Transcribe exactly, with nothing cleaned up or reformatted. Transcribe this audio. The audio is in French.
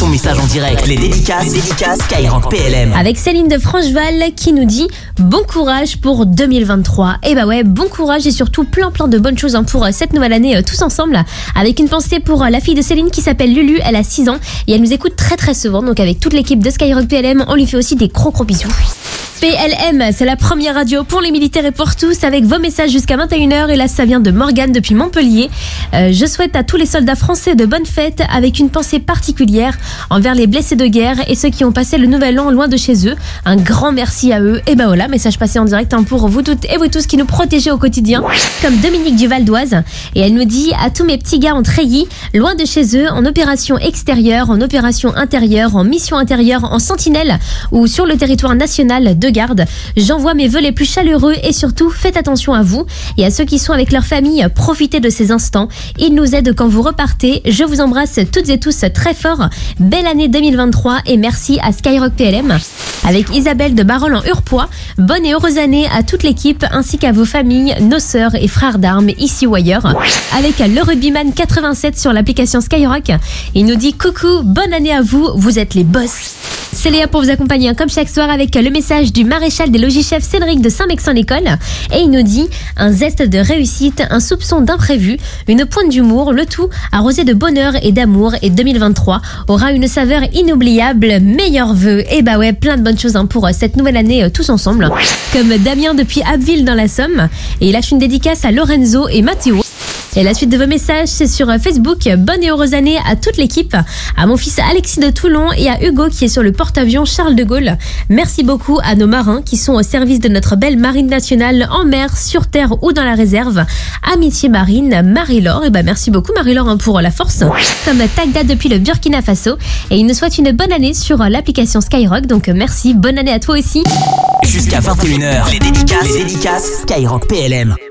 ton message en direct. Les dédicaces, les dédicaces Skyrock P L M. Avec Céline de Francheval qui nous dit bon courage pour deux mille vingt-trois. Et bah ouais, bon courage et surtout plein plein de bonnes choses hein, pour cette nouvelle année euh, tous ensemble. Avec une pensée pour euh, la fille de Céline qui s'appelle Lulu, elle a six ans et elle nous écoute très très souvent. Donc avec toute l'équipe de Skyrock P L M, on lui fait aussi des gros gros bisous. P L M, c'est la première radio pour les militaires et pour tous avec vos messages jusqu'à vingt et une heures. Et là, ça vient de Morgane depuis Montpellier. Euh, je souhaite à tous les soldats français de bonnes fêtes avec une pensée particulière envers les blessés de guerre et ceux qui ont passé le nouvel an loin de chez eux. Un grand merci à eux. Et ben voilà, message passé en direct hein, pour vous toutes et vous tous qui nous protégez au quotidien. Comme Dominique du Val d'Oise. Et elle nous dit à tous mes petits gars en treillis, loin de chez eux, en opération extérieure, en opération intérieure, en mission intérieure, en sentinelle ou sur le territoire national de garde. J'envoie mes vœux les plus chaleureux et surtout faites attention à vous et à ceux qui sont avec leur famille, profitez de ces instants. Ils nous aident quand vous repartez. Je vous embrasse toutes et tous très fort. Belle année deux mille vingt-trois et merci à Skyrock P L M. Avec Isabelle de Barol en Urpois, bonne et heureuse année à toute l'équipe ainsi qu'à vos familles, nos sœurs et frères d'armes ici ou ailleurs. Avec le Rugbyman quatre-vingt-sept sur l'application Skyrock, il nous dit coucou, bonne année à vous, vous êtes les boss. C'est Léa pour vous accompagner comme chaque soir avec le message du maréchal des logis-chefs Cédric de Saint-Mexan-l'École. Et il nous dit un zeste de réussite, un soupçon d'imprévu, une pointe d'humour, le tout arrosé de bonheur et d'amour. Et deux mille vingt-trois aura une saveur inoubliable. Meilleurs vœux. Et bah ouais, plein de bonnes choses hein, pour cette nouvelle année tous ensemble. Comme Damien depuis Abbeville dans la Somme. Et il lâche une dédicace à Lorenzo et Mathéo. Et la suite de vos messages, c'est sur Facebook. Bonne et heureuse année à toute l'équipe, à mon fils Alexis de Toulon et à Hugo qui est sur le porte-avions Charles de Gaulle. Merci beaucoup à nos marins qui sont au service de notre belle marine nationale en mer, sur terre ou dans la réserve. Amitié Marine, Marie-Laure. Et ben merci beaucoup Marie-Laure pour la force. Comme Tagda depuis le Burkina Faso. Et il nous souhaite une bonne année sur l'application Skyrock. Donc merci, bonne année à toi aussi. Jusqu'à vingt et une heures, les dédicaces, les dédicaces Skyrock P L M.